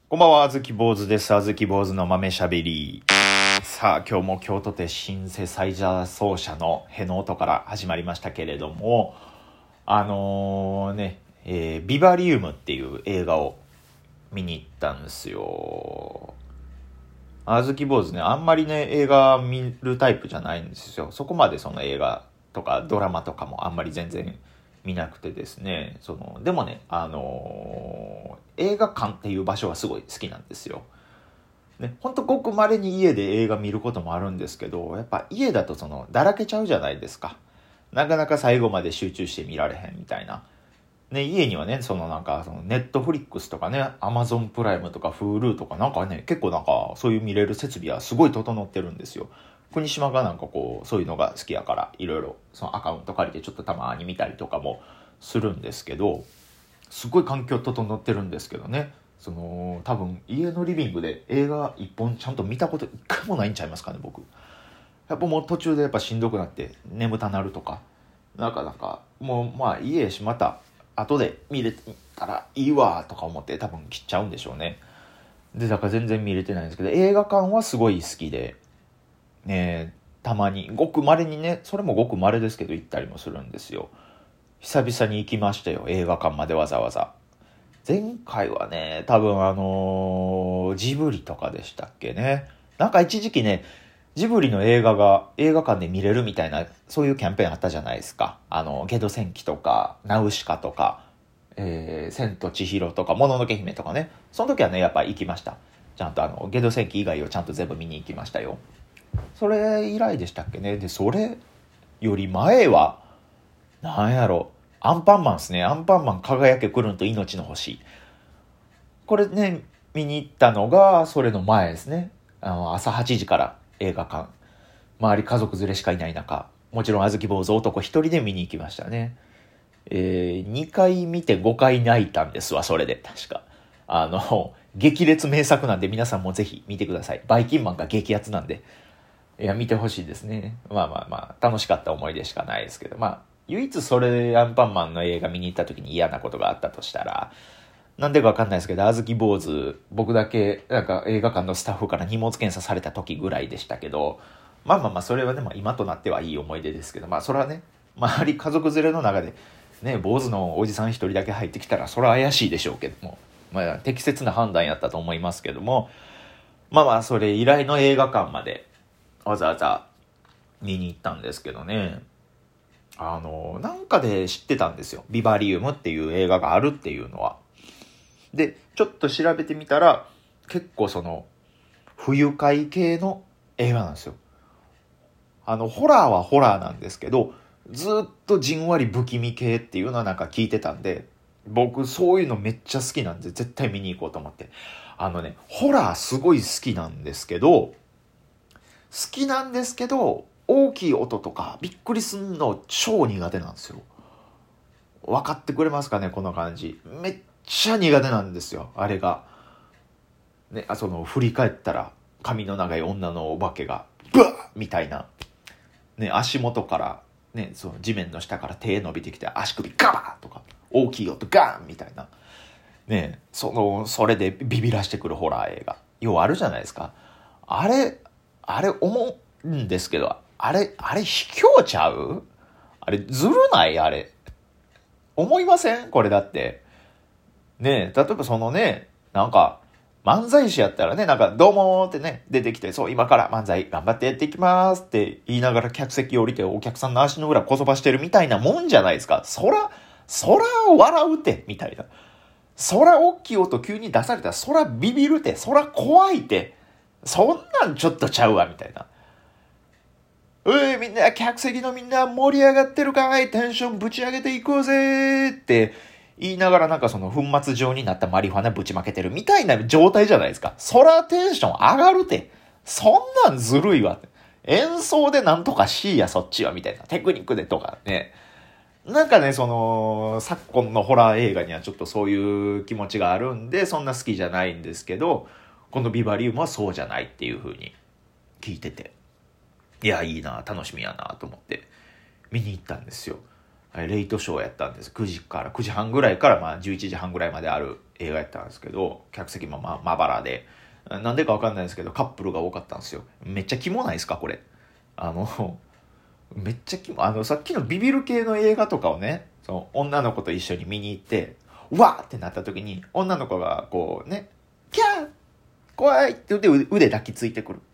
こんばんは、あずき坊主です。あずき坊主の豆しゃべり。さあ、今日も京都でシンセサイザー奏者のへの音から始まりましたけれども、ビバリウムっていう映画を見に行ったんですよ。あずき坊主ね、あんまりね、映画見るタイプじゃないんですよ。そこまでその映画とかドラマとかもあんまり全然見なくてですね、でもね、映画館っていう場所はすごい好きなんですよ。ね、ほんとごく稀に家で映画見ることもあるんですけど、やっぱ家だとだらけちゃうじゃないですか。なかなか最後まで集中して見られへんみたいな。ね、家にはね、ネットフリックスとかね、アマゾンプライムとか Hulu とか結構そういう見れる設備はすごい整ってるんですよ。国島がそういうのが好きやから、いろいろそのアカウント借りてちょっとたまに見たりとかもするんですけど、すごい環境整ってるんですけどね、多分家のリビングで映画一本ちゃんと見たこと一回もないんちゃいますかね、僕。やっぱもう途中でやっぱしんどくなって眠たなるとか、もうまあ家やしまた後で見れたらいいわとか思って多分切っちゃうんでしょうね。で、だから全然見れてないんですけど、映画館はすごい好きで、ね、たまに、ごく稀にね、それもごく稀ですけど行ったりもするんですよ。久々に行きましたよ、映画館までわざわざ。前回はね、多分ジブリとかでしたっけね。一時期ね、ジブリの映画が映画館で見れるみたいな、そういうキャンペーンあったじゃないですか。ゲド戦記とか、ナウシカとか、千と千尋とか、もののけ姫とかね。その時はね、やっぱ行きました。ちゃんとゲド戦記以外をちゃんと全部見に行きましたよ。それ以来でしたっけね。で、それより前は、なんやろ、アンパンマンですね。アンパンマン輝けくるんと命の星。これね、見に行ったのが、それの前ですね。朝8時から映画館。周り家族連れしかいない中、もちろんあずき坊主男一人で見に行きましたね。2回見て5回泣いたんですわ、それで。確か。激烈名作なんで皆さんもぜひ見てください。バイキンマンが激アツなんで。いや、見てほしいですね。楽しかった思い出しかないですけど、唯一それ、アンパンマンの映画見に行った時に嫌なことがあったとしたら、なんでかわかんないですけど、あずき坊主、僕だけ、映画館のスタッフから荷物検査された時ぐらいでしたけど、それはね、今となってはいい思い出ですけど、それはね、周り家族連れの中で、ね、坊主のおじさん一人だけ入ってきたら、それは怪しいでしょうけども、適切な判断やったと思いますけども、それ以来の映画館まで、わざわざ見に行ったんですけどね、なんかで知ってたんですよ。ビバリウムっていう映画があるっていうのは。で、ちょっと調べてみたら、結構不愉快系の映画なんですよ。ホラーはホラーなんですけど、ずっとじんわり不気味系っていうのは聞いてたんで、僕そういうのめっちゃ好きなんで、絶対見に行こうと思って。ホラーすごい好きなんですけど、大きい音とかびっくりすんの超苦手なんですよ。分かってくれますかね、この感じ。めっちゃ苦手なんですよ、あれが。ね、振り返ったら髪の長い女のお化けがブワーみたいな、ね、足元からね、その地面の下から手伸びてきて足首ガバーとか大きい音ガーンみたいなね、それでビビらしてくるホラー映画ようあるじゃないですか。あれ思うんですけど、あれ卑怯ちゃう？あれずるない？あれ思いません？これだってね、例えば漫才師やったらね、どうもーってね、出てきて、そう、今から漫才頑張ってやっていきますって言いながら客席降りてお客さんの足の裏こそばしてるみたいなもんじゃないですか。そら笑うて、みたいな。そら大きい音急に出されたら、そらビビるて、そら怖いて、そんなんちょっとちゃうわ、みたいな。みんな、客席のみんな盛り上がってるかい？テンションぶち上げていこうぜって言いながら粉末状になったマリファナぶちまけてるみたいな状態じゃないですか。そらテンション上がるて。そんなんずるいわ。演奏でなんとかしいや、そっちは、みたいな。テクニックでとかね。昨今のホラー映画にはちょっとそういう気持ちがあるんで、そんな好きじゃないんですけど、このビバリウムはそうじゃないっていう風に聞いてて。いや、いいな、楽しみやなと思って見に行ったんですよ。レイトショーやったんです。9時半ぐらいから11時半ぐらいまである映画やったんですけど、客席もまばらで、なんでかわかんないですけどカップルが多かったんですよ。めっちゃキモないですかこれ。めっちゃさっきのビビる系の映画とかをね、その女の子と一緒に見に行って、うわーってなった時に、女の子がこうね、キャー怖いって言って腕抱きついてくる。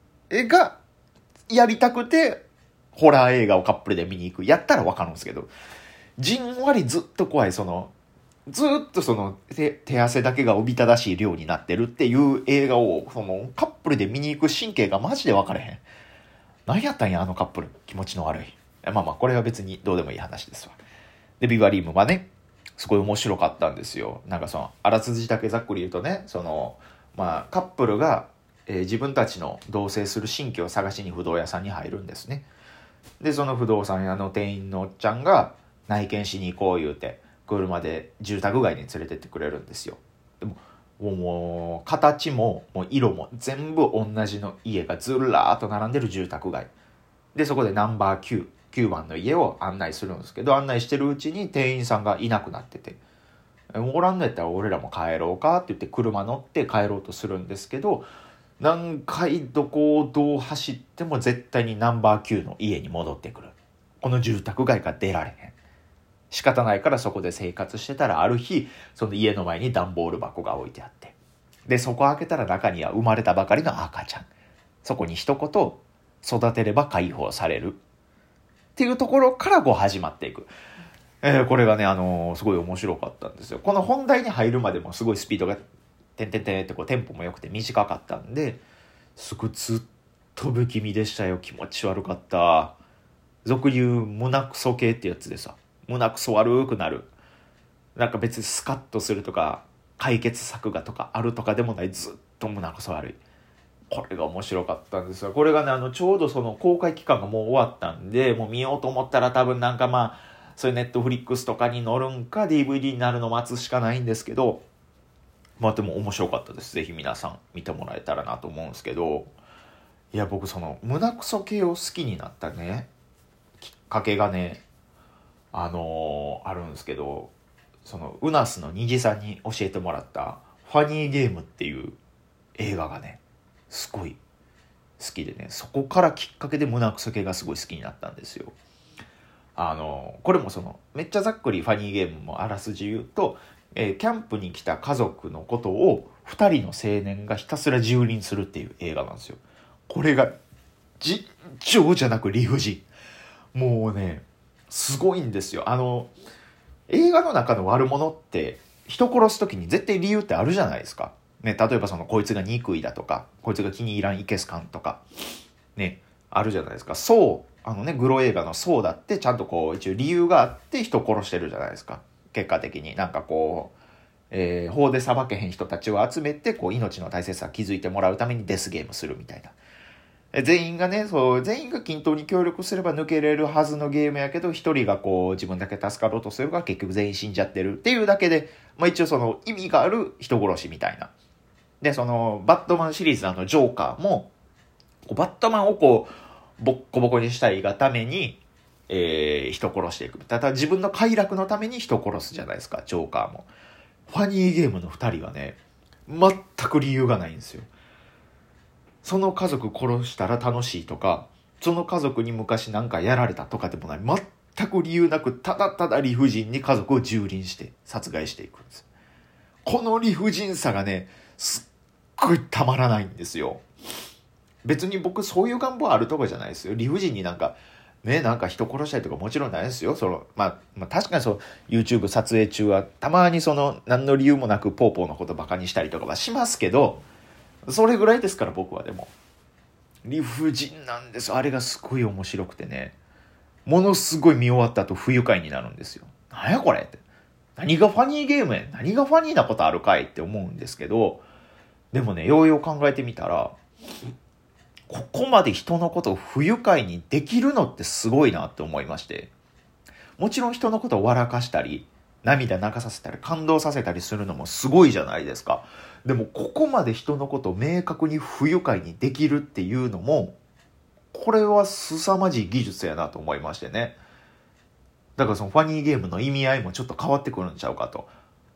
やりたくて、ホラー映画をカップルで見に行く。やったらわかるんですけど、じんわりずっと怖い、ずっと手汗だけがおびただしい量になってるっていう映画を、カップルで見に行く神経がマジで分かれへん。何やったんや、あのカップル。気持ちの悪い。これは別にどうでもいい話ですわ。で、ビバリームはね、すごい面白かったんですよ。あらすじだけざっくり言うとね、カップルが、自分たちの同棲する新居を探しに不動屋さんに入るんですね。で、その不動産屋の店員のおっちゃんが内見しに行こう言うて、車で住宅街に連れてってくれるんですよ。でもう形ももう色も全部同じの家がずらーっと並んでる住宅街で、そこでナンバー9番の家を案内するんですけど、案内してるうちに店員さんがいなくなってて、おらんのやったら俺らも帰ろうかって言って車乗って帰ろうとするんですけど、何回どこをどう走っても絶対にナンバー9の家に戻ってくる。この住宅街から出られへん。仕方ないからそこで生活してたら、ある日その家の前に段ボール箱が置いてあって、でそこ開けたら中には生まれたばかりの赤ちゃん。そこに一言育てれば解放されるっていうところから始まっていく。これがねすごい面白かったんですよ。この本題に入るまでもすごいスピードがてんてんてんってテンポも良くて短かったんで、すごいずっと不気味でしたよ。気持ち悪かった。俗言う胸クソ系ってやつでさ、胸クソ悪くなる。なんか別にスカッとするとか解決策がとかあるとかでもない、ずっと胸クソ悪い。これが面白かったんですよ。これがねちょうどその公開期間がもう終わったんで、もう見ようと思ったら多分そういうネットフリックスとかに載るんか DVD になるの待つしかないんですけど、でも面白かったです。ぜひ皆さん見てもらえたらなと思うんですけど、いや僕胸クソ系を好きになったねきっかけがねあるんですけど、ウナスの虹さんに教えてもらったファニーゲームっていう映画がねすごい好きでね、そこからきっかけで胸クソ系がすごい好きになったんですよ。これもめっちゃざっくりファニーゲームもあらすじ言うと、キャンプに来た家族のことを2人の青年がひたすら蹂躙するっていう映画なんですよ。これが尋常じゃなく理不尽。もうねすごいんですよ。映画の中の悪者って人殺す時に絶対理由ってあるじゃないですか。ね、例えばこいつが憎いだとか、こいつが気に入らんいけすかんとかね、あるじゃないですか。グロ映画のそうだってちゃんと一応理由があって人殺してるじゃないですか。結果的に法で裁けへん人たちを集めて命の大切さを気づいてもらうためにデスゲームするみたいな。全員が均等に協力すれば抜けれるはずのゲームやけど、一人が自分だけ助かろうとするが結局全員死んじゃってるっていうだけで、一応意味がある人殺しみたいな。で、バットマンシリーズのジョーカーも、バットマンをボッコボコにしたいがために、人殺していく。ただ自分の快楽のために人殺すじゃないですか、ジョーカーも。ファニーゲームの二人はね、全く理由がないんですよ。その家族殺したら楽しいとか、その家族に昔なんかやられたとかでもない、全く理由なくただただ理不尽に家族を蹂躙して殺害していくんです。この理不尽さがねすっごいたまらないんですよ。別に僕そういう願望あるとかじゃないですよ。理不尽になんか人殺したりとかもちろんないですよ。確かにYouTube 撮影中はたまに何の理由もなくポーポーのことバカにしたりとかはしますけど、それぐらいですから。僕はでも理不尽なんです。あれがすごい面白くてね、ものすごい見終わった後不愉快になるんですよ。なんやこれって、何がファニーゲームや、何がファニーなことあるかいって思うんですけど、でもねようよう考えてみたら、ここまで人のことを不愉快にできるのってすごいなって思いまして、もちろん人のことを笑かしたり涙流させたり感動させたりするのもすごいじゃないですか。でもここまで人のことを明確に不愉快にできるっていうのも、これは凄まじい技術やなと思いましてね。だからファニーゲームの意味合いもちょっと変わってくるんちゃうかと。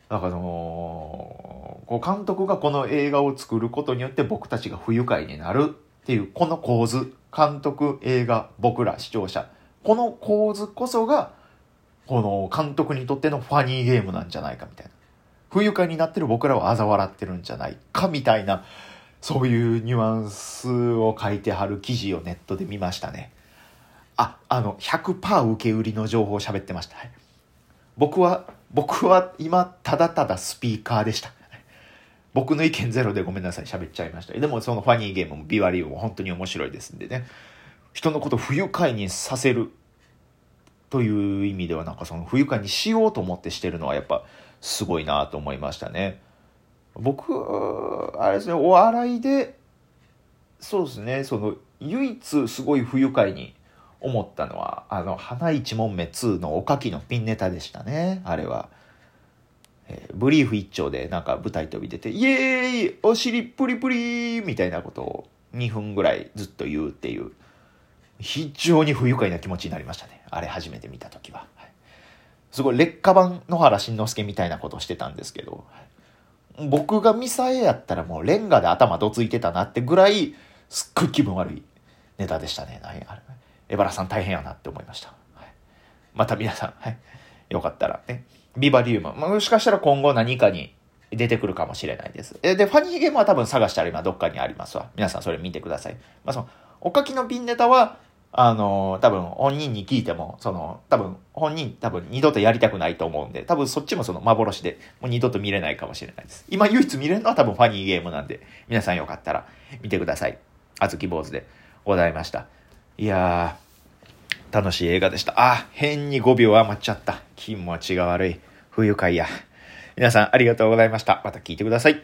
だからこう監督がこの映画を作ることによって僕たちが不愉快になるっていうこの構図、監督、映画、僕ら視聴者、この構図こそがこの監督にとってのファニーゲームなんじゃないかみたいな、不愉快になってる僕らを嘲笑ってるんじゃないかみたいな、そういうニュアンスを書いてはる記事をネットで見ましたね。100% 受け売りの情報を喋ってました。はい、僕は今ただただスピーカーでした。僕の意見ゼロでごめんなさい、喋っちゃいました。でもそのファニーゲームもビワリウも本当に面白いですんでね。人のことを不愉快にさせるという意味では、なんかその不愉快にしようと思ってしてるのはやっぱすごいなと思いましたね。僕、あれですね、お笑いで、そうですね、その唯一すごい不愉快に思ったのは、花一問目2のおかきのピンネタでしたね、あれは。ブリーフ一丁でなんか舞台飛び出て、イエーイお尻プリプリみたいなことを2分ぐらいずっと言うっていう、非常に不愉快な気持ちになりましたね。あれ初めて見たときは。はい、すごい劣化版野原しんのすけみたいなことをしてたんですけど、僕がミサエやったらもうレンガで頭どついてたなってぐらい、すっごい気分悪いネタでしたね。あれ江原さん大変やなって思いました。はい、また皆さん、はい、よかったらね、ビバリウム、もしかしたら今後何かに出てくるかもしれないです。で、ファニーゲームは多分探したら今どっかにありますわ。皆さんそれ見てください。その、おかきのピンネタは、多分本人に聞いても、多分二度とやりたくないと思うんで、多分そっちもその幻で、もう二度と見れないかもしれないです。今唯一見れるのは多分ファニーゲームなんで、皆さんよかったら見てください。あずき坊主でございました。いやー、楽しい映画でした。変に5秒余っちゃった。気持ちが悪い。不愉快や。皆さんありがとうございました。また聞いてください。